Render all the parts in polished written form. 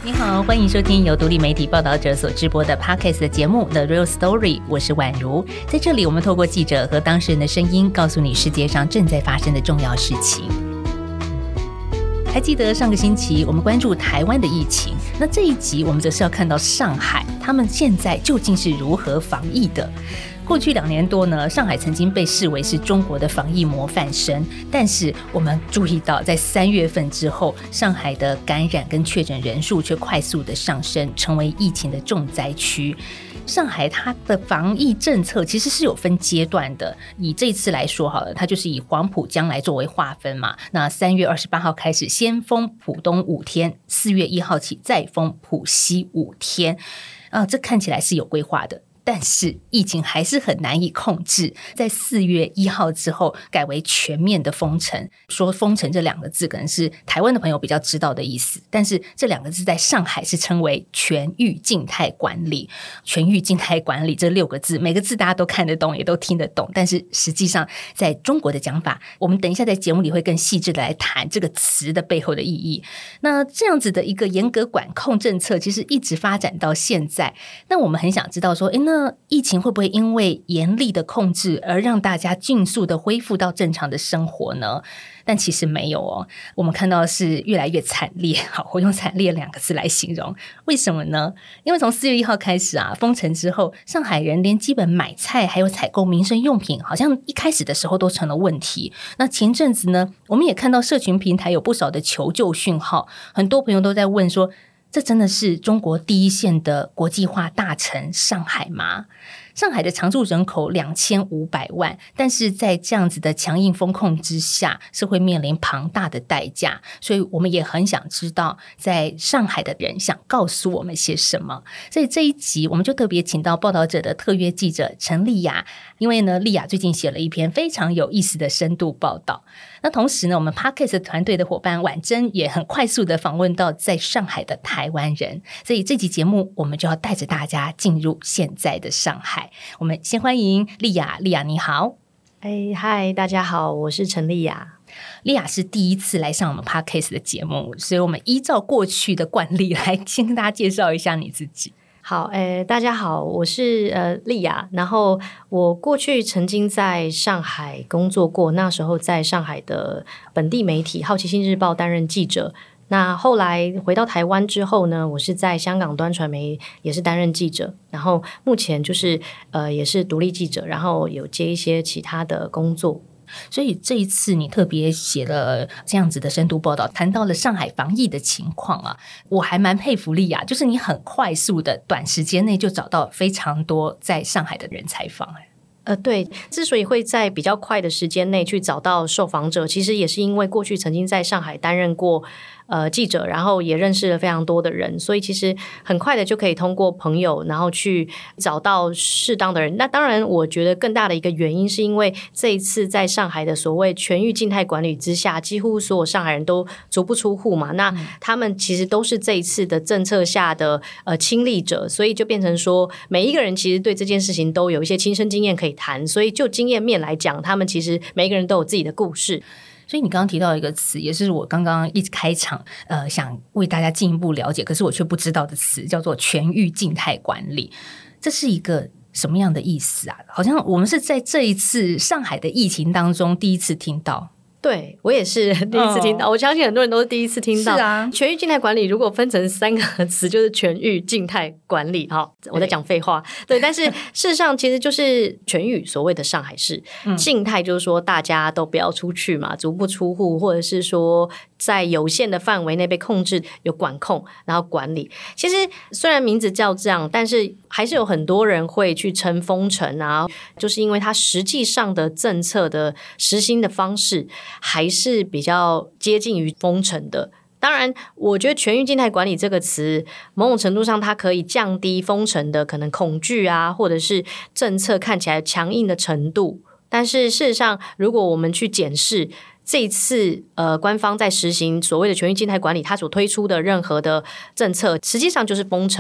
你好，欢迎收听由独立媒体报道者所直播的 Podcast 的节目 The Real Story， 我是婉如。在这里我们透过记者和当事人的声音，告诉你世界上正在发生的重要事情。还记得上个星期我们关注台湾的疫情，那这一集我们则是要看到上海他们现在究竟是如何防疫的。过去2年多呢，上海曾经被视为是中国的防疫模范生，但是我们注意到在3月份之后，上海的感染跟确诊人数却快速的上升，成为疫情的重灾区。上海它的防疫政策其实是有分阶段的，以这一次来说好了，它就是以黄浦江来作为划分嘛。那3月28号开始先封浦东5天，4月1号起再封浦西5天，这看起来是有规划的。但是疫情还是很难以控制，在4月1号之后改为全面的封城。说封城这2个字可能是台湾的朋友比较知道的意思，但是这2个字在上海是称为全域静态管理。全域静态管理这6个字，每个字大家都看得懂也都听得懂，但是实际上在中国的讲法，我们等一下在节目里会更细致的来谈这个词的背后的意义。那这样子的一个严格管控政策其实一直发展到现在，那我们很想知道说那疫情会不会因为严厉的控制而让大家迅速的恢复到正常的生活呢？但其实没有哦，我们看到的是越来越惨烈。好，我用惨烈2个字来形容。为什么呢？因为从4月1号开始封城之后，上海人连基本买菜还有采购民生用品，好像一开始的时候都成了问题。那前阵子呢，我们也看到社群平台有不少的求救讯号，很多朋友都在问说，这真的是中国第一线的国际化大城上海吗？上海的常住人口2500万，但是在这样子的强硬风控之下，是会面临庞大的代价。所以我们也很想知道，在上海的人想告诉我们些什么。所以这一集我们就特别请到报道者的特约记者陈丽雅，因为呢，丽雅最近写了一篇非常有意思的深度报道。那同时呢，我们 Podcast 团队的伙伴婉珍也很快速的访问到在上海的台湾人，所以这集节目我们就要带着大家进入现在的上海。我们先欢迎丽雅。丽雅你好。 嗨，大家好，我是陈丽雅。 丽雅是第一次来上我们 Podcast 的节目，所以我们依照过去的惯例来先跟大家介绍一下你自己。 好，大家好，我是丽雅。然后我过去曾经在上海工作过，那时候在上海的本地媒体《好奇心日报》担任记者。那后来回到台湾之后呢，我是在香港端传媒也是担任记者，然后目前就是也是独立记者，然后有接一些其他的工作。 所以这一次你特别写了这样子的深度报道，谈到了上海防疫的情况啊，我还蛮佩服丽雅，就是你很快速的短时间内就找到非常多在上海的人采访。 对，之所以会在比较快的时间内去找到受访者，其实也是因为过去曾经在上海担任过记者，然后也认识了非常多的人，所以其实很快的就可以通过朋友然后去找到适当的人。那当然我觉得更大的一个原因是因为这一次在上海的所谓全域静态管理之下，几乎所有上海人都足不出户嘛，那他们其实都是这一次的政策下的亲历者，所以就变成说每一个人其实对这件事情都有一些亲身经验可以谈，所以就经验面来讲，他们其实每一个人都有自己的故事。 所以你刚刚提到一个词，也是我刚刚一开场想为大家进一步了解，可是我却不知道的词，叫做全域静态管理。这是一个什么样的意思啊？好像我们是在这一次上海的疫情当中第一次听到。 对，我也是第一次听到，我相信很多人都是第一次听到。 是啊， 全域静态管理如果分成3个词，就是全域静态管理。好，我在讲废话。对，但是事实上其实就是全域所谓的上海市。静态就是说大家都不要出去嘛，足不出户，或者是说在有限的范围内被控制，有管控，然后管理。其实虽然名字叫这样，但是还是有很多人会去称封城啊，就是因为它实际上的政策的实行的方式还是比较接近于封城的。当然我觉得全域静态管理这个词某种程度上它可以降低封城的可能恐惧啊，或者是政策看起来强硬的程度，但是事实上如果我们去检视这一次官方在实行所谓的全域静态管理，它所推出的任何的政策实际上就是封城。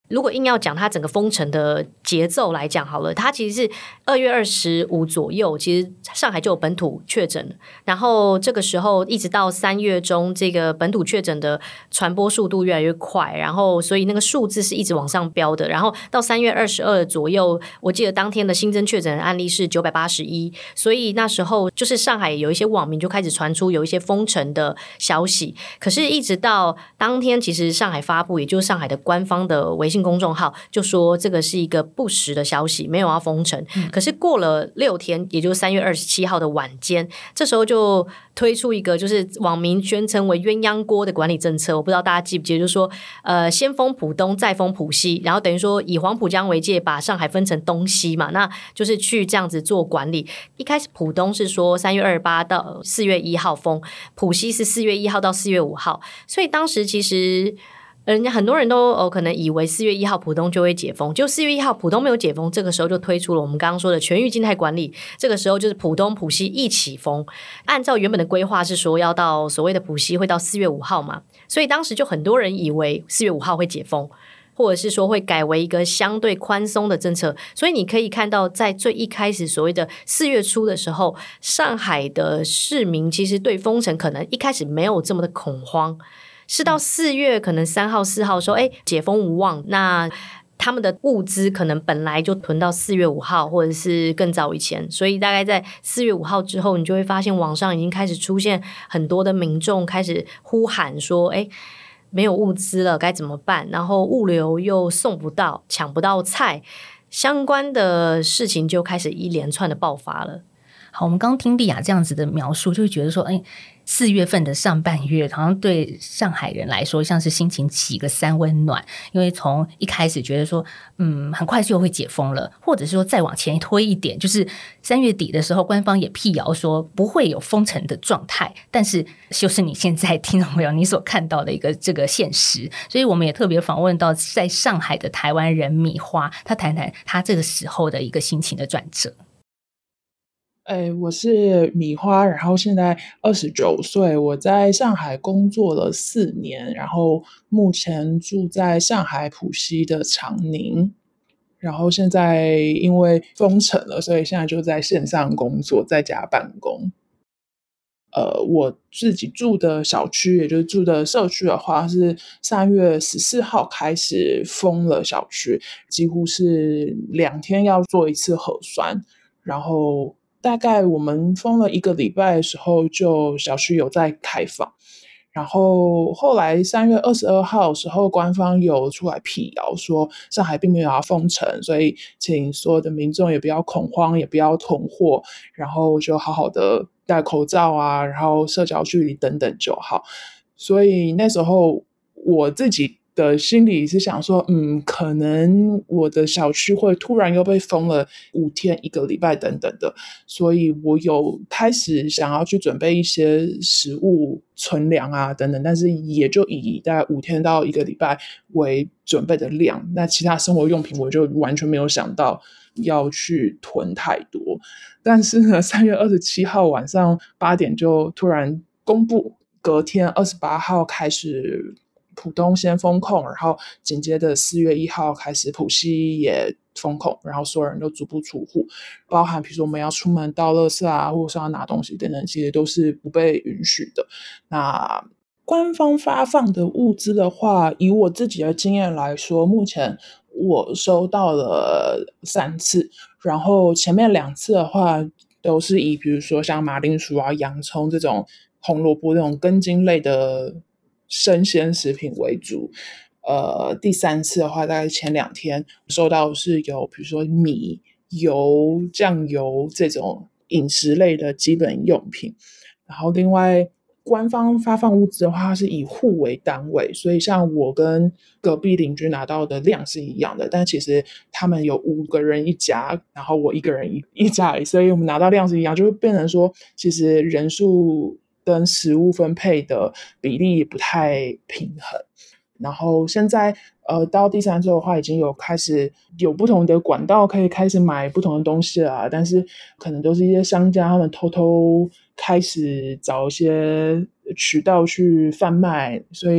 如果硬要讲它整个封城的节奏来讲好了，它其实是2月25左右，其实上海就有本土确诊，然后这个时候一直到3月中，这个本土确诊的传播速度越来越快，然后所以那个数字是一直往上飙的，然后到3月22左右，我记得当天的新增确诊案例是981，所以那时候就是上海有一些网民就开始传出有一些封城的消息，可是一直到当天，其实上海发布，也就是上海的官方的微信公众号就说这个是一个不实的消息，没有要封城。可是过了6天，也就是3月27号的晚间，这时候就推出一个就是网民宣称为鸳鸯锅的管理政策，我不知道大家记不记得，就是说先封浦东再封浦西，然后等于说以黄浦江为界，把上海分成东西嘛，那就是去这样子做管理。一开始浦东是说3月28到4月1号封，浦西是4月1号到4月5号，所以当时其实人家很多人都可能以为4月1号浦东就会解封，就4月1号浦东没有解封，这个时候就推出了我们刚刚说的全域静态管理，这个时候就是浦东浦西一起封，按照原本的规划是说要到所谓的浦西会到4月5号嘛，所以当时就很多人以为4月5号会解封，或者是说会改为一个相对宽松的政策，所以你可以看到在最一开始所谓的4月初的时候，上海的市民其实对封城可能一开始没有这么的恐慌，是到4月可能3号4号说解封无望，那他们的物资可能本来就囤到4月5号或者是更早以前，所以大概在4月5号之后，你就会发现网上已经开始出现很多的民众开始呼喊说没有物资了该怎么办，然后物流又送不到，抢不到菜，相关的事情就开始一连串的爆发了。 好，我们刚听丽雅这样子的描述，就会觉得说4月份的上半月好像对上海人来说像是心情起个三温暖，因为从一开始觉得说很快就会解封了，或者是说再往前推一点，就是3月底的时候官方也辟谣说不会有封城的状态，但是就是你现在听众朋友你所看到的一个这个现实，所以我们也特别访问到在上海的台湾人米花，他谈谈他这个时候的一个心情的转折。 我是米花，然后现在29岁，我在上海工作了4年，然后目前住在上海浦西的长宁，然后现在因为封城了，所以现在就在线上工作，在家办公。我自己住的小区，也就是住的社区的话，是3月14号开始封了小区，几乎是2天要做一次核酸，然后大概我们封了1个礼拜的时候，就小区有在开放，然后后来3月22号的时候，官方有出来辟谣说上海并没有要封城，所以请所有的民众也不要恐慌，也不要囤货，然后就好好的戴口罩啊，然后社交距离等等就好。所以那时候我自己的心里是想说可能我的小区会突然又被封了5天1个礼拜等等的，所以我有开始想要去准备一些食物存粮啊等等，但是也就以大概5天到1个礼拜为准备的量，那其他生活用品我就完全没有想到要去囤太多。但是呢3月27号晚上8点就突然公布，隔天28号开始浦东先封控，然后紧接着4月1号开始浦西也封控，然后所有人都足不出户，包含比如说我们要出门倒垃圾啊，或者是要拿东西等等，其实都是不被允许的。那官方发放的物资的话，以我自己的经验来说，目前我收到了3次，然后前面2次的话都是以比如说像马铃薯啊、洋葱这种红萝卜这种根茎类的生鲜食品为主。第3次的话，大概前2天收到的是有比如说米、油、酱油这种饮食类的基本用品。然后另外官方发放物资的话是以户为单位，所以像我跟隔壁邻居拿到的量是一样的，但其实他们有5个人一家，然后我1个人一家而已，所以我们拿到量是一样，就会变成说其实人数跟食物分配的比例不太平衡。然后现在到第3周的话，已经有开始有不同的管道可以开始买不同的东西了，但是可能都是一些商家他们偷偷开始找一些渠道去贩卖，所以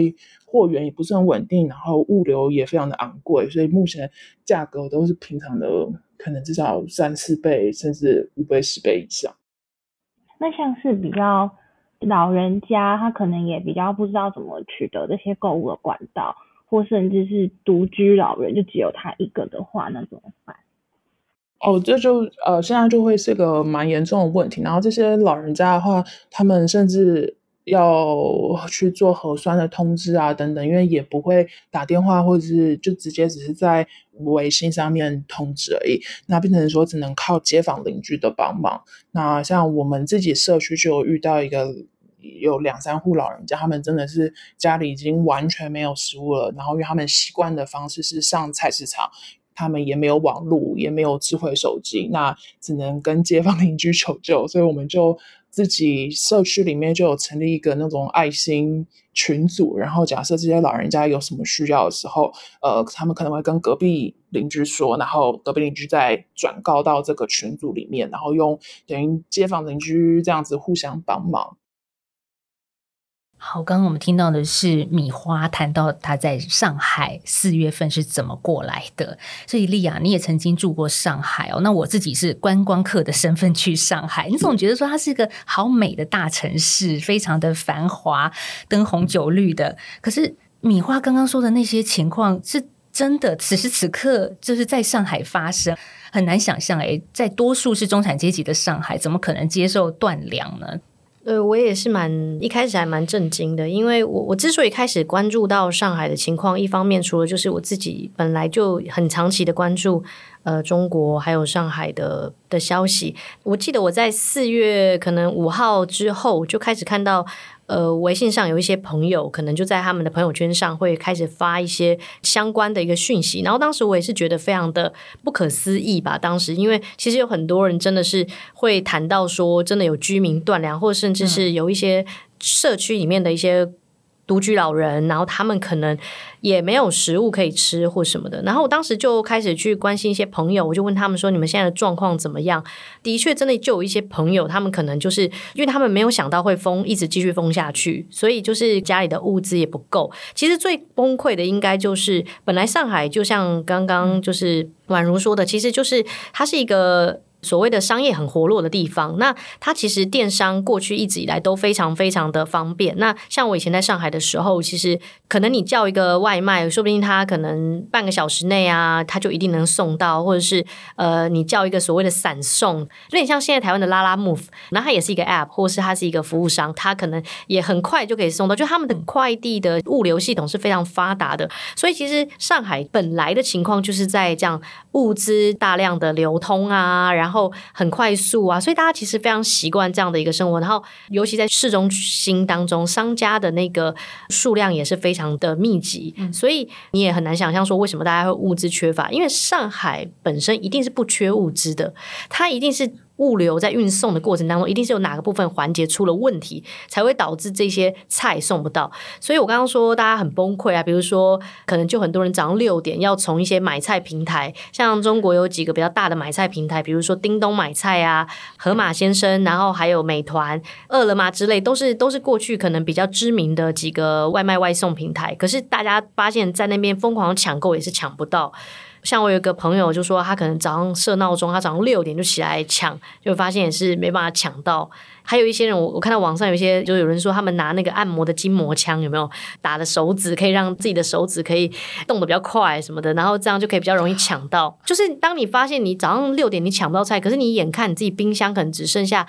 货源也不是很稳定，然后物流也非常的昂贵，所以目前价格都是平常的可能至少3-4倍甚至5倍10倍以上。 那像是比较老人家，他可能也比较不知道怎么取得这些购物的管道，或甚至是独居老人就只有他一个的话，那怎么办？ 这就现在就会是个蛮严重的问题。然后这些老人家的话，他们甚至要去做核酸的通知啊等等，因为也不会打电话，或者是就直接只是在微信上面通知而已，那变成说只能靠街坊邻居的帮忙。那像我们自己社区就有遇到有2-3户老人家，他们真的是家里已经完全没有食物了，然后因为他们习惯的方式是上菜市场，他们也没有网络，也没有智慧手机，那只能跟街坊邻居求救。所以我们就自己社区里面就有成立一个那种爱心群组，然后假设这些老人家有什么需要的时候，他们可能会跟隔壁邻居说，然后隔壁邻居再转告到这个群组里面，然后用等于街坊邻居这样子互相帮忙。 好，刚刚我们听到的是米花谈到她在上海4月份是怎么过来的。所以莉亚，你也曾经住过上海那我自己是观光客的身份去上海，你总觉得说它是一个好美的大城市，非常的繁华，灯红酒绿的。可是米花刚刚说的那些情况是真的此时此刻就是在上海发生，很难想象在多数是中产阶级的上海，怎么可能接受断粮呢？ 我也是一开始还蛮震惊的，因为我之所以开始关注到上海的情况，一方面除了就是我自己本来就很长期的关注中国还有上海的消息，我记得我在4月可能5号之后就开始看到微信上有一些朋友可能就在他们的朋友圈上会开始发一些相关的一个讯息，然后当时我也是觉得非常的不可思议吧。当时因为其实有很多人真的是会谈到说真的有居民断粮，或甚至是有一些社区里面的一些独居老人，然后他们可能也没有食物可以吃或什么的。然后我当时就开始去关心一些朋友，我就问他们说你们现在的状况怎么样。的确真的就有一些朋友，他们可能就是因为他们没有想到会一直继续封下去，所以就是家里的物资也不够。其实最崩溃的应该就是本来上海就像刚刚就是婉如说的，其实就是它是一个所谓的商业很活络的地方，那它其实电商过去一直以来都非常非常的方便。那像我以前在上海的时候，其实可能你叫一个外卖，说不定它可能半个小时内啊，它就一定能送到，或者是你叫一个所谓的散送，有点像现在台湾的拉拉 Move， 那它也是一个 App， 或是它是一个服务商，它可能也很快就可以送到，就他们的快递的物流系统是非常发达的。所以其实上海本来的情况就是在这样物资大量的流通啊，然后很快速啊，所以大家其实非常习惯这样的一个生活。然后尤其在市中心当中，商家的那个数量也是非常的密集，所以你也很难想象说为什么大家会物资缺乏，因为上海本身一定是不缺物资的，它一定是物流在运送的过程当中一定是有哪个部分环节出了问题，才会导致这些菜送不到。所以我刚刚说大家很崩溃啊，比如说可能就很多人早上6点要从一些买菜平台，像中国有几个比较大的买菜平台，比如说叮咚买菜啊、盒马先生，然后还有美团、饿了么之类，都是过去可能比较知名的几个外卖外送平台。可是大家发现在那边疯狂抢购也是抢不到。像我有一个朋友就说他可能早上设闹钟，他早上6点就起来抢，就发现也是没办法抢到。还有一些人我看到网上有一些就有人说他们拿那个按摩的筋膜枪，有没有打的手指可以让自己的手指可以动得比较快什么的，然后这样就可以比较容易抢到。就是当你发现你早上6点你抢不到菜，可是你眼看你自己冰箱可能只剩下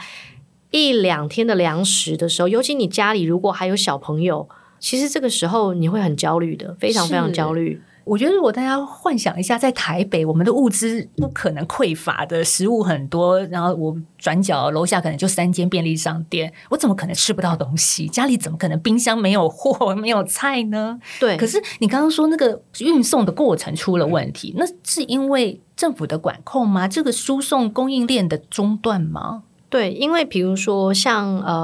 1-2天的粮食的时候，尤其你家里如果还有小朋友，其实这个时候你会很焦虑的，非常非常焦虑。 我觉得如果大家幻想一下，在台北我们的物资不可能匮乏的，食物很多，然后我转角楼下可能就3间便利商店，我怎么可能吃不到东西？家里怎么可能冰箱没有货没有菜呢？ 对。 可是你刚刚说那个运送的过程出了问题，那是因为政府的管控吗？这个输送供应链的中断吗？ 对，因为比如说像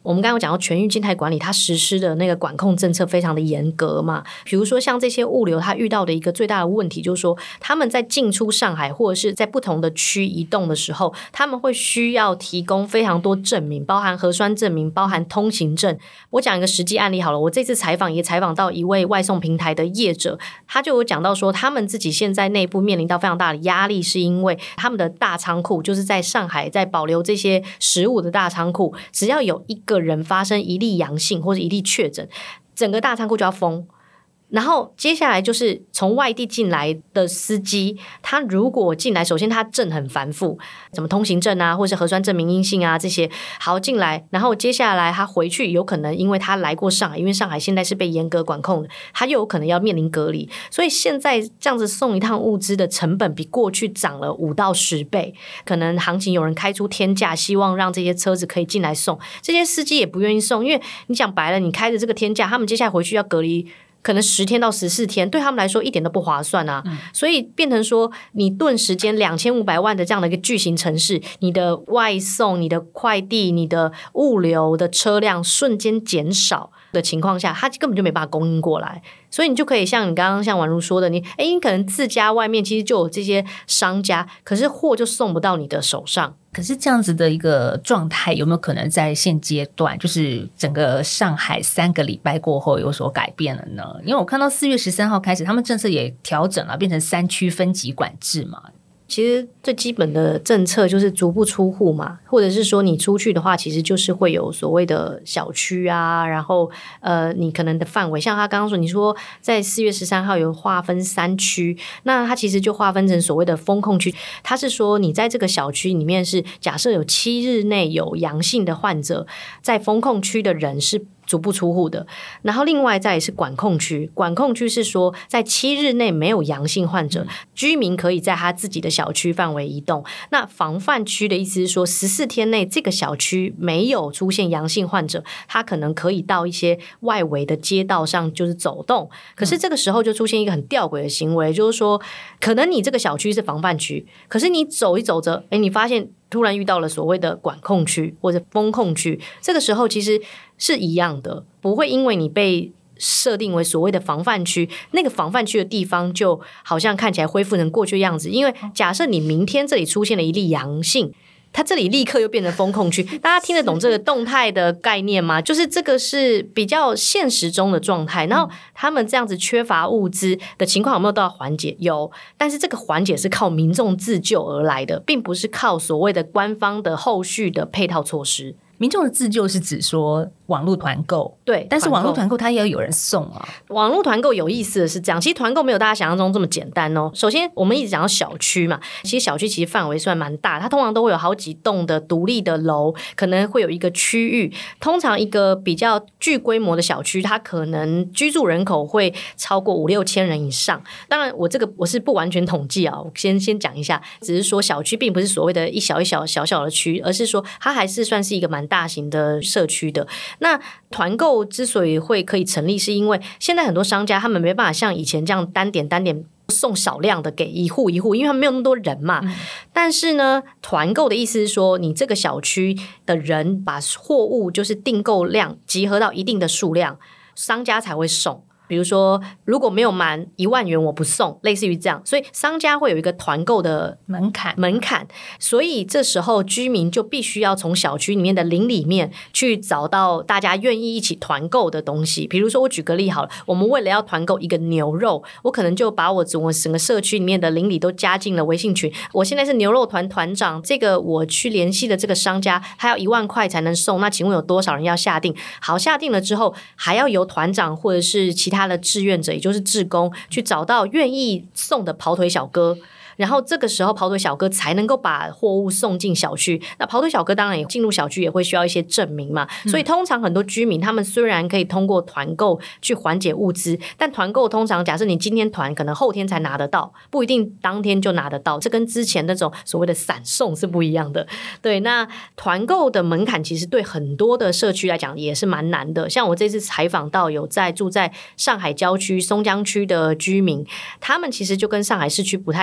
我们刚刚讲到全域静态管理，它实施的那个管控政策非常的严格嘛。比如说像这些物流，它遇到的一个最大的问题就是说，他们在进出上海或者是在不同的区移动的时候，他们会需要提供非常多证明，包含核酸证明，包含通行证。我讲一个实际案例好了，我这次采访也采访到一位外送平台的业者，他就有讲到说，他们自己现在内部面临到非常大的压力，是因为他们的大仓库就是在上海在保留这些食物的大仓库，只要有一个人发生一例阳性或者一例确诊，整个大仓库就要封。然后接下来就是从外地进来的司机，他如果进来，首先他证很繁复，什么通行证啊，或是核酸证明阴性啊这些，好进来，然后接下来他回去有可能因为他来过上海，因为上海现在是被严格管控的，他又有可能要面临隔离，所以现在这样子送一趟物资的成本比过去涨了5到10倍，可能行情有人开出天价，希望让这些车子可以进来送，这些司机也不愿意送，因为你讲白了，你开着这个天价，他们接下来回去要隔离可能10天到14天，对他们来说一点都不划算啊。所以变成说，你顿时间2500万的这样的一个巨型城市，你的外送、你的快递、你的物流的车辆瞬间减少的情况下，它根本就没办法供应过来。所以你就可以像你刚刚像婉如说的，你可能自家外面其实就有这些商家，可是货就送不到你的手上。 可是这样子的一个状态有没有可能在现阶段就是整个上海3个礼拜过后有所改变了呢？因为我看到4月13号开始他们政策也调整了，变成3区分级管制嘛。 其实最基本的政策就是足不出户嘛，或者是说你出去的话其实就是会有所谓的小区啊，然后你可能的范围，像他刚刚说，你说在4月13号有划分3区，那他其实就划分成所谓的封控区，他是说你在这个小区里面是假设有7日内有阳性的患者，在封控区的人是足不出户的。然后另外再也是管控区，管控区是说在7日内没有阳性患者，居民可以在他自己的小区范围移动。那防范区的意思是说14天内这个小区没有出现阳性患者，他可能可以到一些外围的街道上就是走动。可是这个时候就出现一个很吊诡的行为，就是说可能你这个小区是防范区，可是你走一走着，你发现突然遇到了所谓的管控区或者封控区，这个时候其实是一样的，不会因为你被设定为所谓的防范区，那个防范区的地方就好像看起来恢复成过去的样子。因为假设你明天这里出现了一例阳性，它这里立刻又变成封控区，大家听得懂这个动态的概念吗？就是这个是比较现实中的状态。然后他们这样子缺乏物资的情况有没有到缓解？有，但是这个缓解是靠民众自救而来的，并不是靠所谓的官方的后续的配套措施。 民众的自救是指说网络团购， 对， 但是网络团购它也要有人送啊。 网络团购有意思的是这样，其实团购没有大家想象中这么简单哦。首先我们一直讲到小区嘛，其实小区其实范围算蛮大，它通常都会有好几栋的独立的楼，可能会有一个区域。通常一个比较具规模的小区，它可能居住人口会超过5-6千人以上。当然我是不完全统计啊，我先讲一下，只是说小区并不是所谓的一小一小小小的区，而是说它还是算是一个蛮大型的社区的。那团购之所以会可以成立，是因为现在很多商家他们没办法像以前这样单点送少量的给一户一户，因为他们没有那么多人嘛。但是呢，团购的意思是说，你这个小区的人把货物就是订购量集合到一定的数量，商家才会送。比如说如果没有满1万元我不送，类似于这样，所以商家会有一个团购的门槛，所以这时候居民就必须要从小区里面的邻里面去找到大家愿意一起团购的东西。比如说我举个例好了，我们为了要团购一个牛肉，我可能就把我整个社区里面的邻里都加进了微信群，我现在是牛肉团团长，这个我去联系的这个商家他要1万块才能送，那请问有多少人要下定？好，下定了之后还要由团长或者是其他的志愿者，也就是志工去找到愿意送的跑腿小哥，然后这个时候跑腿小哥才能够把货物送进小区。那跑腿小哥当然也进入小区也会需要一些证明嘛，所以通常很多居民他们虽然可以通过团购去缓解物资，但团购通常假设你今天团可能后天才拿得到，不一定当天就拿得到，这跟之前那种所谓的散送是不一样的。对，那团购的门槛其实对很多的社区来讲也是蛮难的。像我这次采访到有住在上海郊区松江区的居民，他们其实就跟上海市区不太一样。比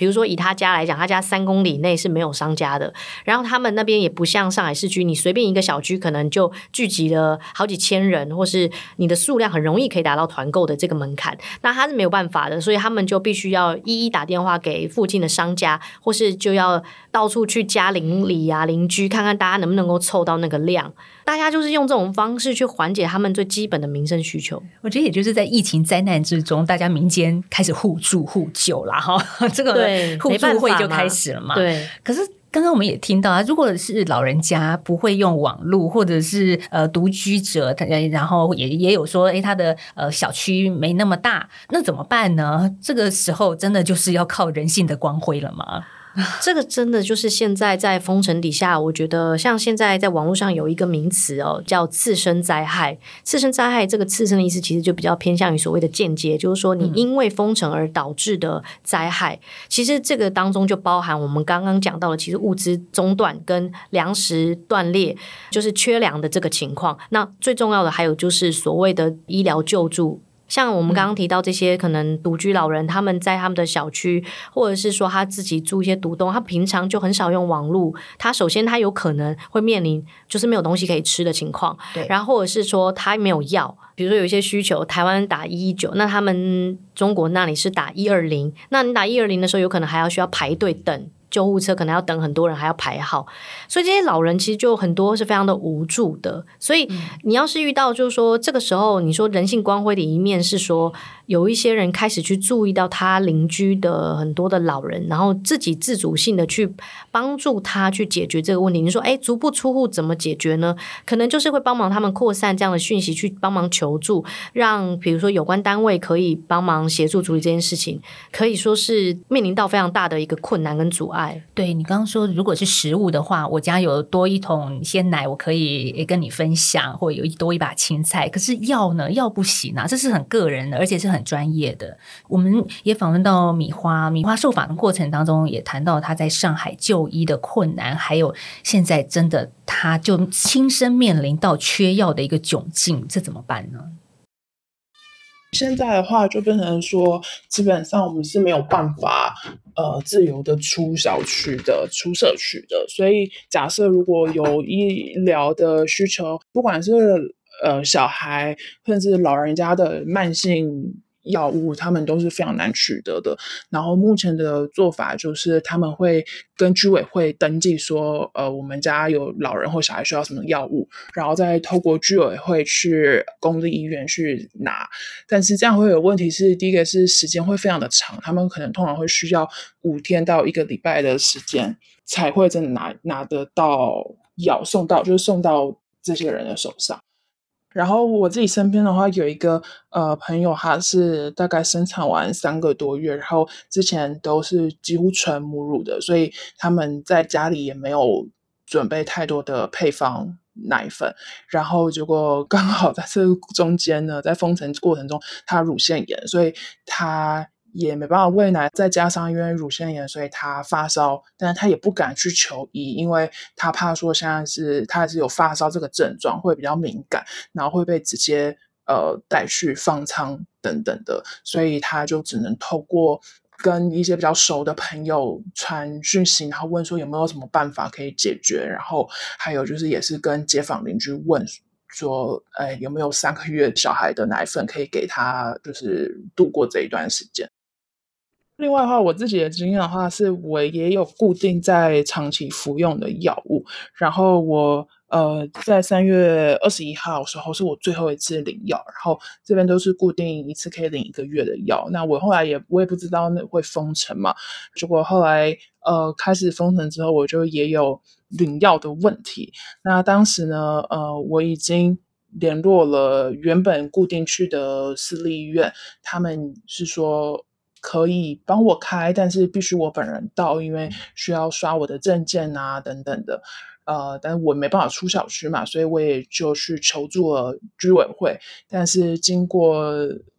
比如说以他家来讲，他家3公里内是没有商家的，然后他们那边也不像上海市区，你随便一个小区可能就聚集了好几千人，或是你的数量很容易可以达到团购的这个门槛，那他是没有办法的，所以他们就必须要一一打电话给附近的商家，或是就要到处去加邻里啊邻居，看看大家能不能够凑到那个量，大家就是用这种方式去缓解他们最基本的民生需求。我觉得也就是在疫情灾难之中，大家民间开始互助互救啦这个互助会就开始了嘛。 对， 可是刚刚我们也听到啊，如果是老人家不会用网络，或者是独居者，然后也有说他的小区没那么大，那怎么办呢？这个时候真的就是要靠人性的光辉了吗？ 这个真的就是现在在封城底下，我觉得像现在在网络上有一个名词叫次生灾害。次生灾害这个次生的意思其实就比较偏向于所谓的间接，就是说你因为封城而导致的灾害，其实这个当中就包含我们刚刚讲到的，其实物资中断跟粮食断裂，就是缺粮的这个情况。那最重要的还有就是所谓的医疗救助，像我们刚刚提到这些可能独居老人，他们在他们的小区，或者是说他自己住一些独栋，他平常就很少用网络，他首先他有可能会面临就是没有东西可以吃的情况， 对， 然后或者是说他没有药，比如说有一些需求台湾打119，那他们中国那里是打120，那你打120的时候有可能还需要排队等救护车，可能要等很多人，还要排号，所以这些老人其实就很多是非常的无助的。所以你要是遇到就是说这个时候你说人性光辉的一面是说有一些人开始去注意到他邻居的很多的老人，然后自己自主性的去帮助他去解决这个问题。你说足不出户怎么解决呢？可能就是会帮忙他们扩散这样的讯息，去帮忙求助，让比如说有关单位可以帮忙协助处理这件事情，可以说是面临到非常大的一个困难跟阻碍。 对，你刚刚说如果是食物的话，我家有多一桶鲜奶，我可以跟你分享，或者有多一把青菜，可是药呢？药不行啊，这是很个人的，而且是很专业的。我们也访问到米花受访的过程当中也谈到他在上海就医的困难，还有现在真的他就亲身面临到缺药的一个窘境，这怎么办呢？ 现在的话就变成说基本上我们是没有办法自由的出小区的出社区的，所以假设如果有医疗的需求，不管是小孩甚至老人家的慢性药物，他们都是非常难取得的。然后目前的做法就是他们会跟居委会登记说我们家有老人或小孩需要什么药物，然后再透过居委会去公立医院去拿。但是这样会有问题是，第一个是时间会非常的长，他们可能通常会需要5天到1个礼拜的时间才会真的拿得到药，送到这些人的手上。然后我自己身边的话有一个朋友，他是大概生产完3个多月，然后之前都是几乎纯母乳的，所以他们在家里也没有准备太多的配方奶粉，然后结果刚好在这中间呢，在封城过程中他乳腺炎，所以他也没办法喂奶，再加上因为乳腺炎，所以他发烧，但是他也不敢去求医，因为他怕说现在他还是有发烧这个症状，会比较敏感，然后会被直接带去放仓等等的，所以他就只能透过跟一些比较熟的朋友传讯息，然后问说有没有什么办法可以解决，然后还有就是也是跟街坊邻居问说有没有3个月小孩的奶粉可以给他就是度过这一段时间。另外的话，我自己的经验的话，是我也有固定在长期服用的药物，然后我在3月21号的时候是我最后一次领药，然后这边都是固定一次可以领1个月的药。那我后来我也不知道那会封城嘛，结果后来开始封城之后，我就也有领药的问题。那当时呢我已经联络了原本固定去的私立医院，他们是说可以帮我开，但是必须我本人到，因为需要刷我的证件啊等等的。但是我没办法出小区嘛，所以我也就去求助了居委会，但是经过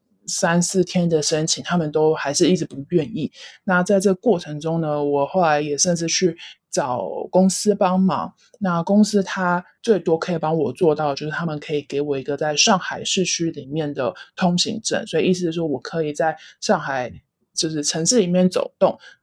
3-4天的申请，他们都还是一直不愿意。那在这过程中呢，我后来也甚至去找公司帮忙，那公司它最多可以帮我做到就是他们可以给我一个在上海市区里面的通行证，所以意思是说我可以在上海就是城市里面走动，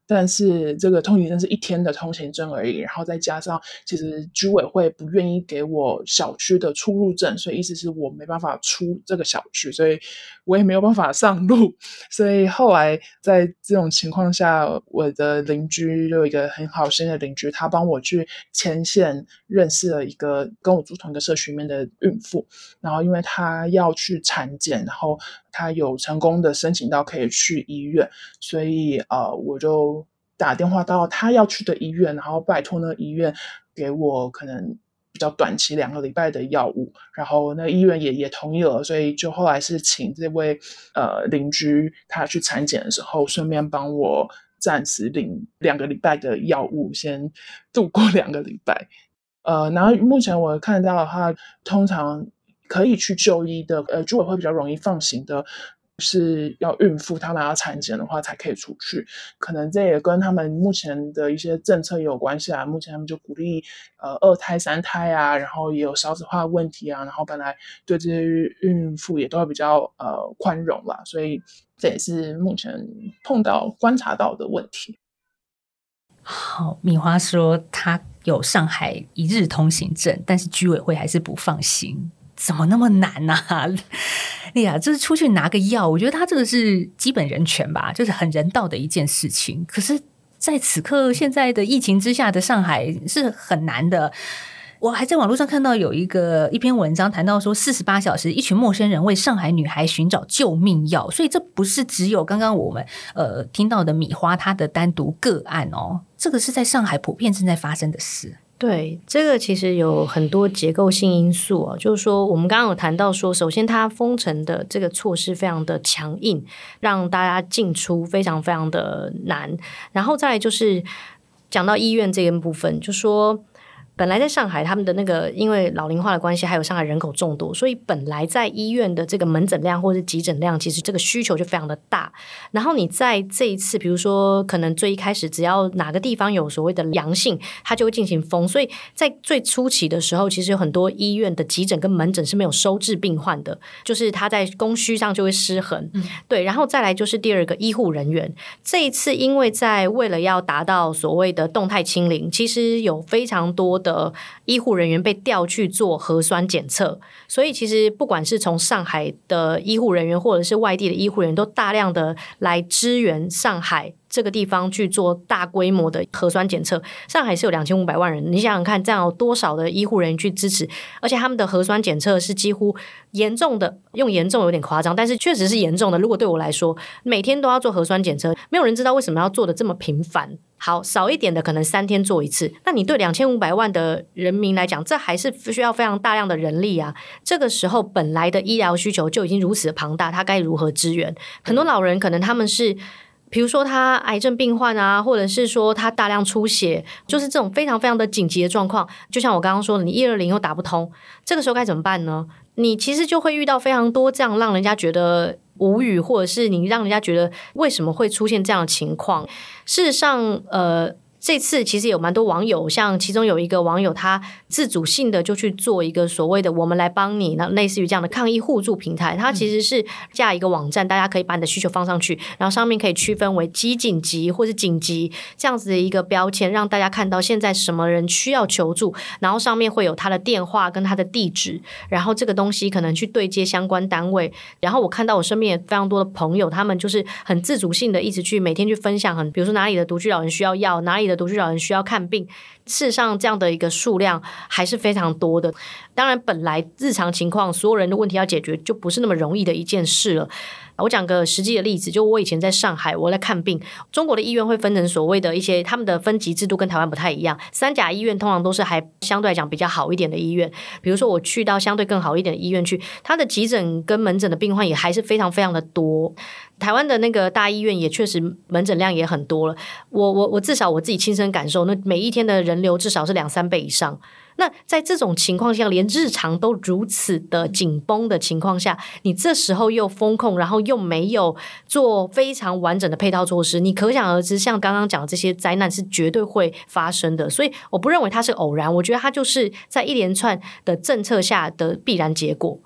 但是这个通行证是1天的通行证而已，然后再加上其实居委会不愿意给我小区的出入证，所以意思是我没办法出这个小区，所以我也没有办法上路。所以后来在这种情况下，我的邻居就有一个很好心的邻居，他帮我去牵线认识了一个跟我住同一个社区里面的孕妇，然后因为她要去产检，然后她有成功的申请到可以去医院，所以我就打电话到她要去的医院，然后拜托那个医院给我可能比较短期2个礼拜的药物，然后那医院也同意了，所以就后来是请这位邻居他去产检的时候，顺便帮我暂时领2个礼拜的药物，先度过2个礼拜。然后目前我看到的话，通常可以去就医的，居委会比较容易放行的是要孕妇他们要产检的话才可以出去，可能这也跟他们目前的一些政策也有关系啊。目前他们就鼓励2胎3胎啊，然后也有少子化的问题啊，然后本来对这些孕妇也都会比较宽容啦，所以这也是目前观察到的问题。 好，米花说她有上海1日通行证，但是居委会还是不放行，怎么那么难啊？哎呀，就是出去拿个药，我觉得他这个是基本人权吧，就是很人道的一件事情。可是在此刻现在的疫情之下的上海是很难的。我还在网络上看到有一篇文章谈到说48小时一群陌生人为上海女孩寻找救命药，所以这不是只有刚刚我们听到的米花她的单独个案哦，这个是在上海普遍正在发生的事。 对，这个其实有很多结构性因素哦，就是说我们刚刚有谈到说，首先它封城的这个措施非常的强硬，让大家进出非常非常的难，然后再来就是讲到医院这个部分，就说本来在上海他们的那个因为老龄化的关系，还有上海人口众多，所以本来在医院的这个门诊量或者急诊量，其实这个需求就非常的大。然后你在这一次比如说可能最一开始只要哪个地方有所谓的阳性，它就会进行封，所以在最初期的时候，其实有很多医院的急诊跟门诊是没有收治病患的，就是它在供需上就会失衡。对，然后再来就是第二个医护人员，这一次因为为了要达到所谓的动态清零，其实有非常多的医护人员被调去做核酸检测，所以其实不管是从上海的医护人员或者是外地的医护人员，都大量的来支援上海这个地方去做大规模的核酸检测。上海是有2500万人，你想想看这样有多少的医护人员去支持，而且他们的核酸检测是几乎严重的，用严重有点夸张，但是确实是严重的。如果对我来说每天都要做核酸检测，没有人知道为什么要做的这么频繁。好，少一点的可能3天做一次，那你对2500万的人民来讲，这还是需要非常大量的人力啊。这个时候本来的医疗需求就已经如此的庞大，他该如何支援？很多老人可能他们是比如说他癌症病患啊，或者是说他大量出血，就是这种非常非常的紧急的状况，就像我刚刚说的，你120又打不通，这个时候该怎么办呢？你其实就会遇到非常多这样让人家觉得无语，或者是你让人家觉得为什么会出现这样的情况。事实上这次其实有蛮多网友，像其中有一个网友他自主性的就去做一个所谓的我们来帮你，那类似于这样的抗疫互助平台，它其实是架一个网站，大家可以把你的需求放上去，然后上面可以区分为极紧急或是紧急这样子的一个标签，让大家看到现在什么人需要求助，然后上面会有他的电话跟他的地址，然后这个东西可能去对接相关单位。然后我看到我身边也非常多的朋友，他们就是很自主性的一直去每天去分享，比如说哪里的独居老人需要药，哪里的独居老人需要看病，事实上这样的一个数量还是非常多的。当然本来日常情况所有人的问题要解决就不是那么容易的一件事了。我讲个实际的例子，就我以前在上海我来看病，中国的医院会分成所谓的一些他们的分级制度跟台湾不太一样，3甲医院通常都是还相对来讲比较好一点的医院，比如说我去到相对更好一点的医院去，它的急诊跟门诊的病患也还是非常非常的多。台湾的那个大医院也确实门诊量也很多了，我至少我自己亲身感受，那每一天的人流至少是2-3倍以上。那在这种情况下，连日常都如此的紧绷的情况下，你这时候又封控，然后又没有做非常完整的配套措施，你可想而知，像刚刚讲的这些灾难是绝对会发生的。所以我不认为它是偶然，我觉得它就是在一连串的政策下的必然结果。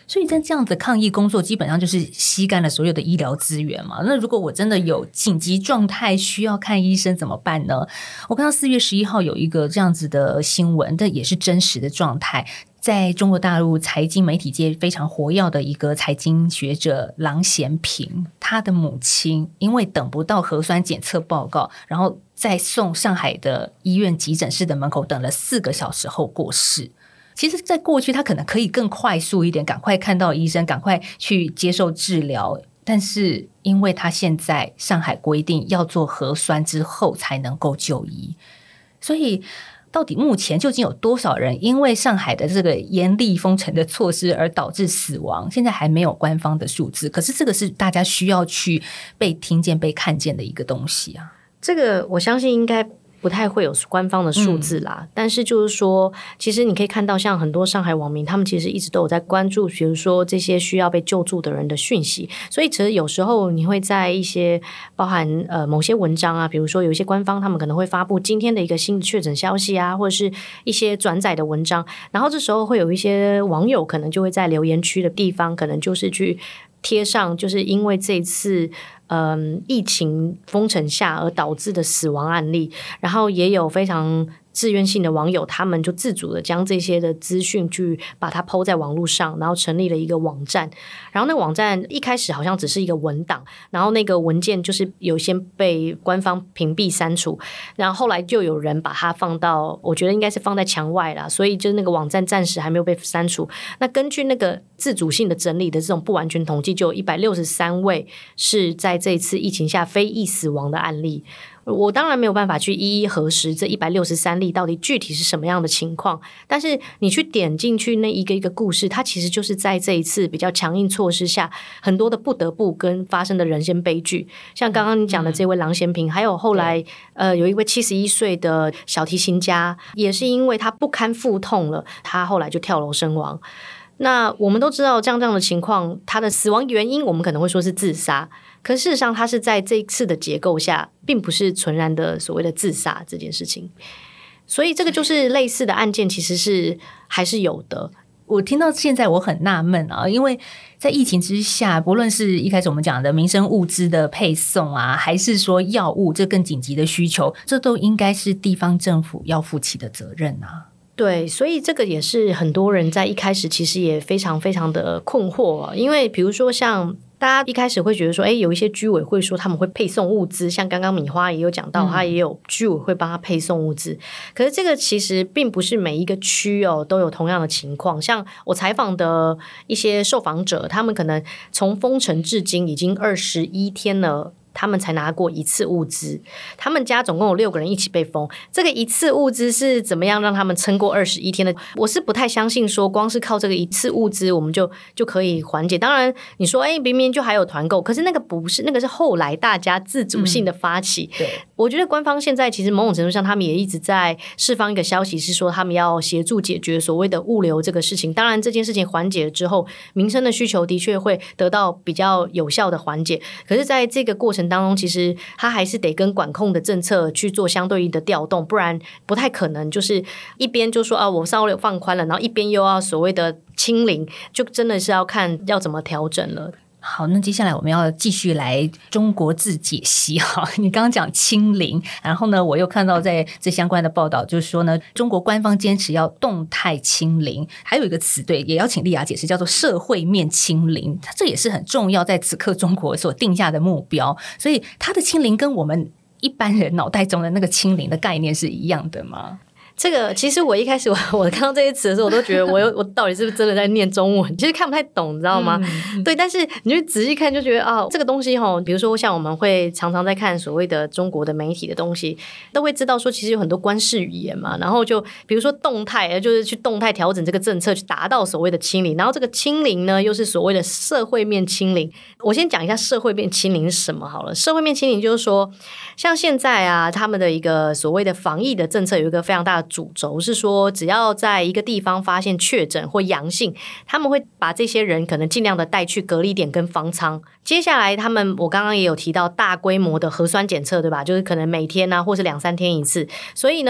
所以在这样的抗疫工作基本上就是吸干了所有的医疗资源嘛。那如果我真的有紧急状态需要看医生怎么办呢？我看到4月11号有一个这样子的新闻，这也是真实的状态。在中国大陆财经媒体界非常活跃的一个财经学者郎咸平，他的母亲因为等不到核酸检测报告，然后在送上海的医院急诊室的门口等了4个小时后过世。其实在过去他可能可以更快速一点，赶快看到医生，赶快去接受治疗，但是因为他现在上海规定要做核酸之后才能够就医，所以到底目前究竟有多少人因为上海的这个严厉封城的措施而导致死亡，现在还没有官方的数字，可是这个是大家需要去被听见被看见的一个东西啊。 这个我相信应该不太会有官方的数字啦，但是就是说其实你可以看到像很多上海网民他们其实一直都有在关注比如说这些需要被救助的人的讯息，所以其实有时候你会在一些包含某些文章啊，比如说有一些官方他们可能会发布今天的一个新的确诊消息啊，或者是一些转载的文章，然后这时候会有一些网友可能就会在留言区的地方可能就是去贴上就是因为这一次疫情封城下而导致的死亡案例，然后也有非常志愿性的网友他们就自主的将这些的资讯去把它 po 在网络上，然后成立了一个网站，然后那个网站一开始好像只是一个文档，然后那个文件就是有些被官方屏蔽删除，然后后来就有人把它放到我觉得应该是放在墙外啦，所以就是那个网站暂时还没有被删除。那根据那个自主性的整理的这种不完全统计，就有163位是在这一次疫情下非疫死亡的案例。我当然没有办法去一一核实这163例到底具体是什么样的情况，但是你去点进去那一个一个故事，它其实就是在这一次比较强硬措施下很多的不得不跟发生的人间悲剧，像刚刚你讲的这位郎咸平，还有后来有一位71岁的小提琴家，也是因为他不堪腹痛了，他后来就跳楼身亡。那我们都知道这样的情况，他的死亡原因我们可能会说是自杀，可事实上他是在这一次的结构下并不是纯然的所谓的自杀这件事情，所以这个就是类似的案件其实是还是有的。 我听到现在我很纳闷啊，因为在疫情之下，不论是一开始我们讲的民生物资的配送啊，还是说药物这更紧急的需求，这都应该是地方政府要负起的责任啊。 对，所以这个也是很多人在一开始其实也非常非常的困惑，因为比如说像大家一开始会觉得说有一些居委会说他们会配送物资，像刚刚米花也有讲到他也有居委会帮他配送物资，可是这个其实并不是每一个区都有同样的情况。像我采访的一些受访者，他们可能从封城至今已经21天了，他们才拿过一次物资，他们家总共有6个人一起被封，这个一次物资是怎么样让他们撑过21天的？我是不太相信说光是靠这个一次物资我们就可以缓解。当然你说明明就还有团购，可是那个不是，那个是后来大家自主性的发起。 对， 我觉得官方现在其实某种程度上他们也一直在释放一个消息，是说他们要协助解决所谓的物流这个事情。当然这件事情缓解了之后，民生的需求的确会得到比较有效的缓解，可是在这个过程当中其实它还是得跟管控的政策去做相对应的调动，不然不太可能就是一边就说我稍微放宽了，然后一边又要所谓的清零，就真的是要看要怎么调整了。 好，那接下来我们要继续来中国字解析哈。你刚刚讲清零，然后呢，我又看到在这相关的报道，就是说呢，中国官方坚持要动态清零，还有一个词对，也要请丽雅解释，叫做社会面清零。这也是很重要，在此刻中国所定下的目标。所以它的清零跟我们一般人脑袋中的那个清零的概念是一样的吗？ 这个其实我一开始我看到这些词的时候，我都觉得我到底是不是真的在念中文，其实看不太懂，你知道吗？对，但是你就仔细看就觉得这个东西比如说像我们会常常在看所谓的中国的媒体的东西，都会知道说其实有很多官式语言嘛，然后就比如说动态就是去动态调整这个政策去达到所谓的清零，然后这个清零呢又是所谓的社会面清零。我先讲一下社会面清零是什么好了。社会面清零就是说像现在他们的一个所谓的防疫的政策有一个非常大的主轴，是说只要在一个地方发现确诊或阳性，他们会把这些人可能尽量的带去隔离点跟方舱。接下来我刚刚也有提到大规模的核酸检测，对吧？就是可能每天或是2-3天一次，所以呢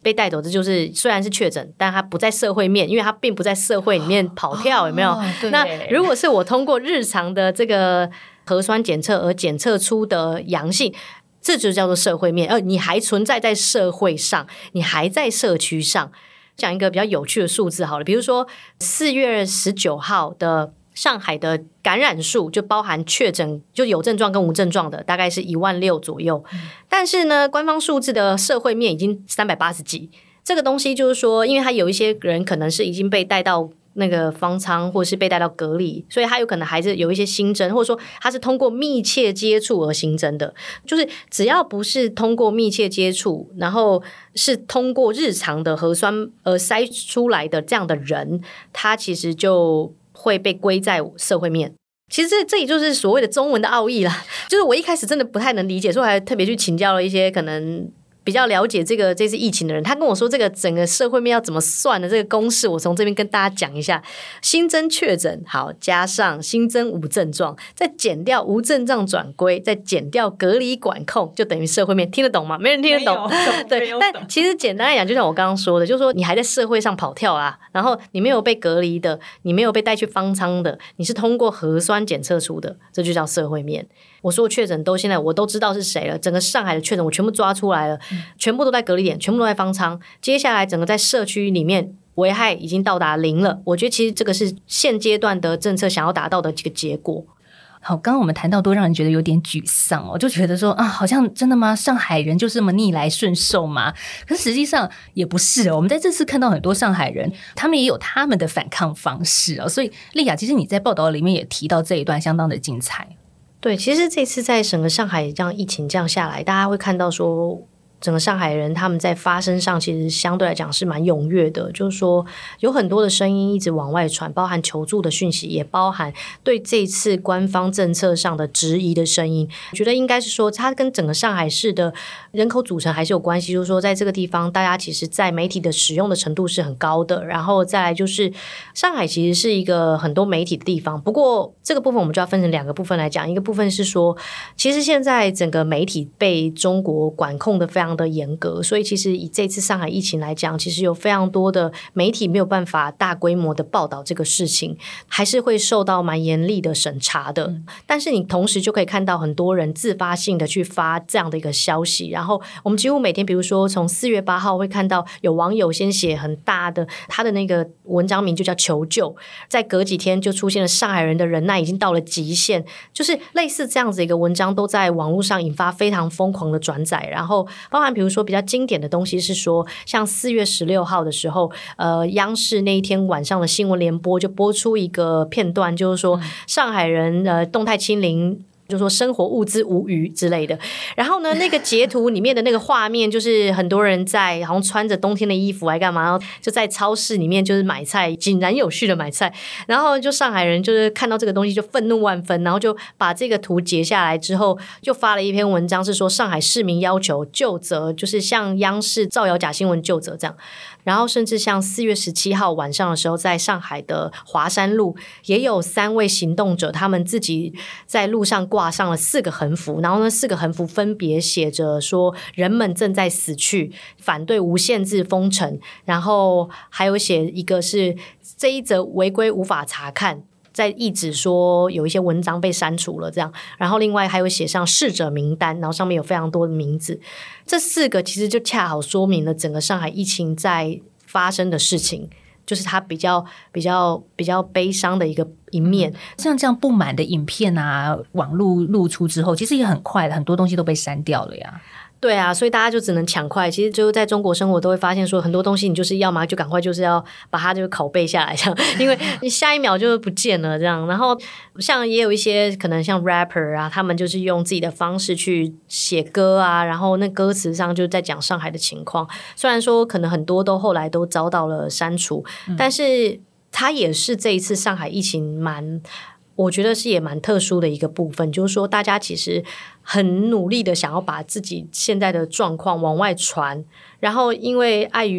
被带走，这就是虽然是确诊，但他不在社会面，因为他并不在社会里面跑跳，有没有？那如果是我通过日常的这个核酸检测而检测出的阳性，这就叫做社会面，你还存在在社会上，你还在社区上。讲一个比较有趣的数字好了，比如说4月19号的上海的感染数，就包含确诊就有症状跟无症状的大概是16000左右，但是呢官方数字的社会面已经380几。这个东西就是说，因为他有一些人可能是已经被带到那个方舱，或者是被带到隔离，所以他有可能还是有一些新增，或者说他是通过密切接触而新增的。就是只要不是通过密切接触，然后是通过日常的核酸而筛出来的这样的人，他其实就会被归在社会面。其实这也就是所谓的中文的奥义啦，就是我一开始真的不太能理解，所以我还特别去请教了一些可能比较了解这次疫情的人，他跟我说这个整个社会面要怎么算的这个公式，我从这边跟大家讲一下。新增确诊好，加上新增无症状，再减掉无症状转归，再减掉隔离管控，就等于社会面。听得懂吗？没人听得懂。对，但其实简单来讲，就像我刚刚说的，就是说你还在社会上跑跳啊，然后你没有被隔离的，你没有被带去方舱的，你是通过核酸检测出的，这就叫社会面。我说确诊都现在我都知道是谁了，整个上海的确诊我全部抓出来了，全部都在隔离点，全部都在方舱，接下来整个在社区里面危害已经到达0了。我觉得其实这个是现阶段的政策想要达到的这个结果。 好，刚刚我们谈到都让人觉得有点沮丧哦，就觉得说啊，好像真的吗？上海人就这么逆来顺受吗？可是实际上也不是哦。我们在这次看到很多上海人，他们也有他们的反抗方式哦。所以丽雅，其实你在报道里面也提到这一段相当的精彩。 对，其实这次在整个上海这样疫情这样下来，大家会看到说整个上海人他们在发声上其实相对来讲是蛮踊跃的，就是说有很多的声音一直往外传，包含求助的讯息，也包含对这一次官方政策上的质疑的声音。我觉得应该是说它跟整个上海市的人口组成还是有关系，就是说在这个地方大家其实在媒体的使用的程度是很高的，然后再来就是上海其实是一个很多媒体的地方。不过这个部分我们就要分成2个部分来讲，一个部分是说其实现在整个媒体被中国管控的非常的严格，所以其实以这次上海疫情来讲，其实有非常多的媒体没有办法大规模的报道这个事情，还是会受到蛮严厉的审查的。但是你同时就可以看到很多人自发性的去发这样的一个消息，然后我们几乎每天比如说从4月8号会看到有网友先写很大的他的那个文章名就叫求救，再隔几天就出现了上海人的忍耐已经到了极限，就是类似这样子一个文章都在网络上引发非常疯狂的转载。然后包含比如说比较经典的东西是说像4月16号的时候央视那一天晚上的新闻联播就播出一个片段，就是说上海人动态清零，就说生活物资无余之类的。然后呢那个截图里面的那个画面就是很多人在好像穿着冬天的衣服还干嘛，然后就在超市里面就是买菜，井然有序的买菜。然后就上海人就是看到这个东西就愤怒万分，然后就把这个图截下来之后就发了一篇文章，是说上海市民要求究责，就是向央视造谣假新闻究责这样。然后甚至像4月17号晚上的时候，在上海的华山路也有3位行动者，他们自己在路上挂上了4个横幅，然后呢4个横幅分别写着说人们正在死去，反对无限制封城，然后还有写一个是这一则违规无法查看，在意指说有一些文章被删除了这样，然后另外还有写上逝者名单，然后上面有非常多的名字。这4个其实就恰好说明了整个上海疫情在发生的事情，就是它比较悲伤的一面。 像这样不满的影片啊，网络露出之后，其实也很快很多东西都被删掉了呀。 对啊，所以大家就只能抢快。其实就在中国生活都会发现说很多东西你就是要嘛就赶快就是要把它就拷贝下来这样，因为你下一秒就不见了这样。然后像也有一些可能像 rapper 啊，他们就是用自己的方式去写歌啊，然后那歌词上就在讲上海的情况，虽然说可能很多都后来都遭到了删除，但是它也是这一次上海疫情我觉得是也蛮特殊的一个部分，就是说大家其实很努力的想要把自己现在的状况往外传，然后因为碍于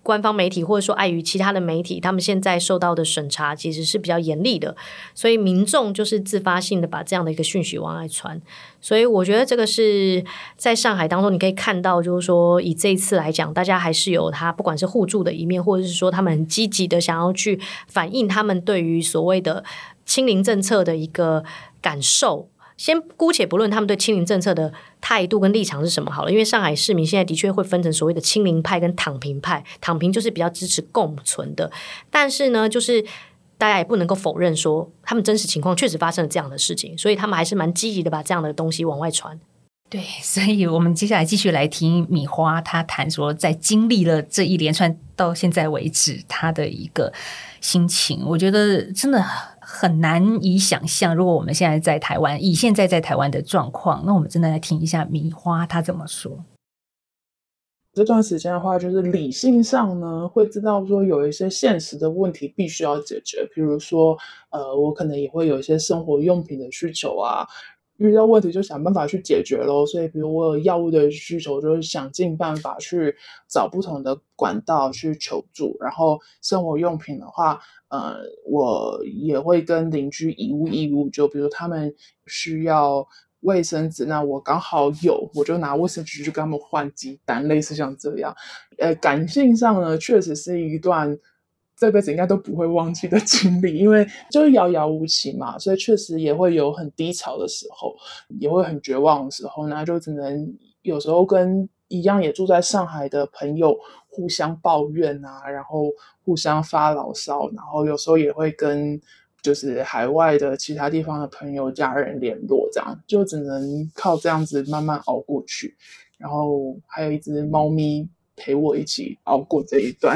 官方媒体或者说碍于其他的媒体，他们现在受到的审查其实是比较严厉的，所以民众就是自发性的把这样的一个讯息往外传。所以我觉得这个是在上海当中你可以看到，就是说以这一次来讲，大家还是有他不管是互助的一面，或者是说他们很积极的想要去反映他们对于所谓的清零政策的一个感受。先姑且不论他们对清零政策的态度跟立场是什么好了，因为上海市民现在的确会分成所谓的清零派跟躺平派，躺平就是比较支持共存的，但是呢就是大家也不能够否认说他们真实情况确实发生了这样的事情，所以他们还是蛮积极的把这样的东西往外传。 对，所以我们接下来继续来听米花她谈说在经历了这一连串到现在为止她的一个心情。我觉得真的很难以想象，如果我们现在在台湾，以现在在台湾的状况，那我们真的来听一下米花她怎么说。 这段时间的话，就是理性上呢会知道说有一些现实的问题必须要解决，比如说我可能也会有一些生活用品的需求啊，遇到问题就想办法去解决咯。所以比如我有药物的需求，就是想尽办法去找不同的管道去求助。然后生活用品的话我也会跟邻居以物易物，就比如他们需要卫生纸，那我刚好有，我就拿卫生纸去跟他们换鸡蛋，类似像这样。感性上呢确实是一段这辈子应该都不会忘记的经历，因为就是遥遥无期嘛，所以确实也会有很低潮的时候，也会很绝望的时候，那就只能有时候跟一样也住在上海的朋友互相抱怨啊，然后互相发牢骚，然后有时候也会跟就是海外的其他地方的朋友家人联络，这样就只能靠这样子慢慢熬过去。然后还有一只猫咪陪我一起熬过这一段。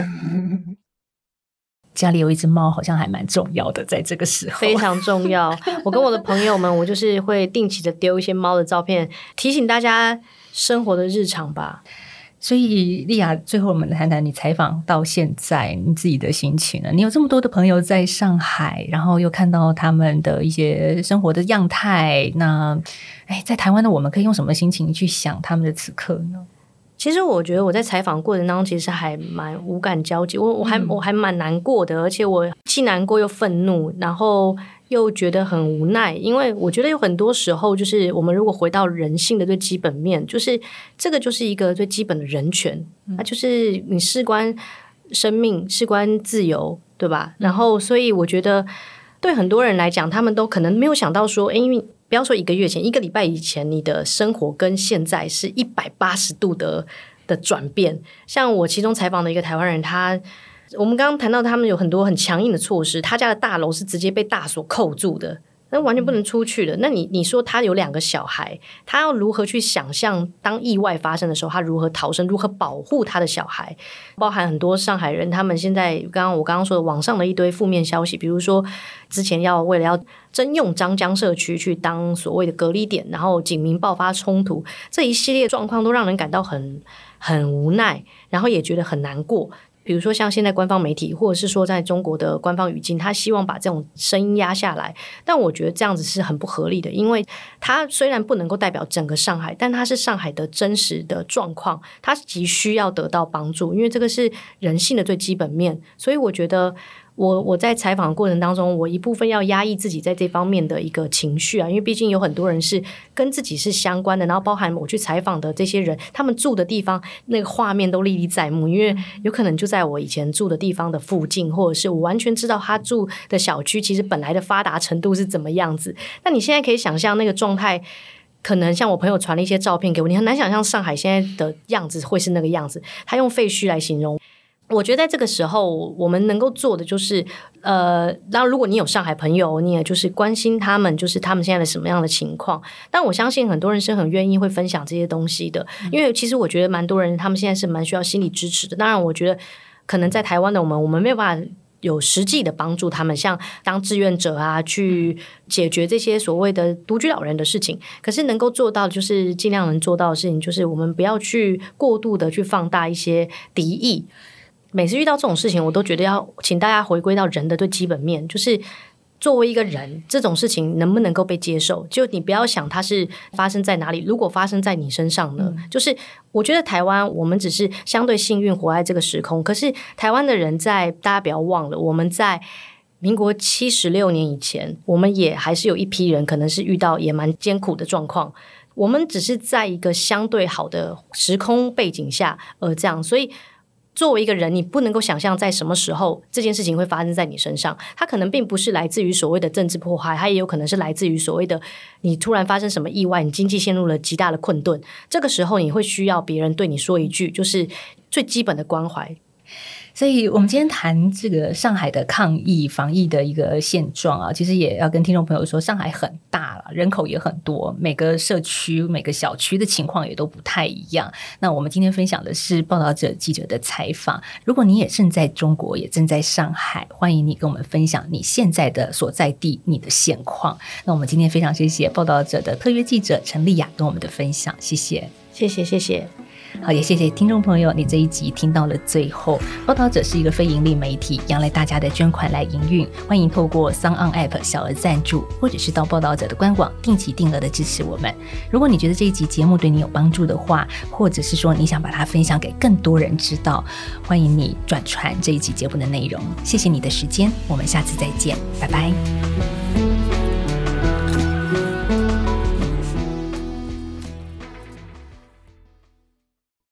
家里有一只猫好像还蛮重要的，在这个时候非常重要。我跟我的朋友们，我就是会定期的丢一些猫的照片，提醒大家生活的日常吧。 所以莉亚，最后我们谈谈你采访到现在你自己的心情呢？你有这么多的朋友在上海，然后又看到他们的一些生活的样态，那在台湾的我们可以用什么心情去想他们的此刻呢？ 其实我觉得我在采访过程当中其实还蛮无感交集，我还蛮难过的，而且我既难过又愤怒，然后又觉得很无奈。因为我觉得有很多时候就是我们如果回到人性的最基本面，就是这个就是一个最基本的人权，那就是你事关生命，事关自由，对吧？然后所以我觉得对很多人来讲，他们都可能没有想到说因为不要说1个月前，1个礼拜以前，你的生活跟现在是180度的转变。像我其中采访的一个台湾人，我们刚刚谈到他们有很多很强硬的措施，他家的大楼是直接被大锁扣住的，那完全不能出去的。那你说他有2个小孩，他要如何去想象当意外发生的时候他如何逃生，如何保护他的小孩？包含很多上海人，他们现在我刚刚说的网上的一堆负面消息，比如说之前为了要征用张江社区去当所谓的隔离点，然后警民爆发冲突，这一系列状况都让人感到很无奈，然后也觉得很难过。比如说像现在官方媒体或者是说在中国的官方语境，他希望把这种声音压下来，但我觉得这样子是很不合理的，因为它虽然不能够代表整个上海，但它是上海的真实的状况，它急需要得到帮助，因为这个是人性的最基本面。所以我觉得我在采访的过程当中，我一部分要压抑自己在这方面的一个情绪啊，因为毕竟有很多人是跟自己是相关的，然后包含我去采访的这些人，他们住的地方那个画面都历历在目，因为有可能就在我以前住的地方的附近，或者是我完全知道他住的小区其实本来的发达程度是怎么样子。那你现在可以想象那个状态，可能像我朋友传了一些照片给我，你很难想象上海现在的样子会是那个样子，他用废墟来形容。我觉得在这个时候我们能够做的就是当然如果你有上海朋友，你也就是关心他们，就是他们现在的什么样的情况，但我相信很多人是很愿意会分享这些东西的，因为其实我觉得蛮多人他们现在是蛮需要心理支持的。当然我觉得可能在台湾的我们没有办法有实际的帮助他们，像当志愿者啊去解决这些所谓的独居老人的事情，可是能够做到就是尽量能做到的事情，就是我们不要去过度的去放大一些敌意。每次遇到这种事情，我都觉得要请大家回归到人的最基本面，就是作为一个人，这种事情能不能够被接受？就你不要想它是发生在哪里，如果发生在你身上呢？就是我觉得台湾我们只是相对幸运活在这个时空，可是台湾的人大家不要忘了，我们在民国76年以前，我们也还是有一批人可能是遇到也蛮艰苦的状况。我们只是在一个相对好的时空背景下这样，所以作为一个人，你不能够想象在什么时候这件事情会发生在你身上。它可能并不是来自于所谓的政治迫害，它也有可能是来自于所谓的你突然发生什么意外，你经济陷入了极大的困顿，这个时候你会需要别人对你说一句就是最基本的关怀。 所以我们今天谈这个上海的抗疫防疫的一个现状啊，其实也要跟听众朋友说，上海很大了，人口也很多，每个社区每个小区的情况也都不太一样。那我们今天分享的是报道者记者的采访，如果你也正在中国，也正在上海，欢迎你跟我们分享你现在的所在地，你的现况。那我们今天非常谢谢报道者的特约记者陈丽雅跟我们的分享，谢谢。 谢谢。 好，也谢谢听众朋友，你这一集听到了最后。报道者是一个非盈利媒体，仰赖大家的捐款来营运，欢迎透过 SoundOn App 小额赞助，或者是到报道者的官网定期定额的支持我们。如果你觉得这一集节目对你有帮助的话，或者是说你想把它分享给更多人知道，欢迎你转传这一集节目的内容。谢谢你的时间，我们下次再见，拜拜。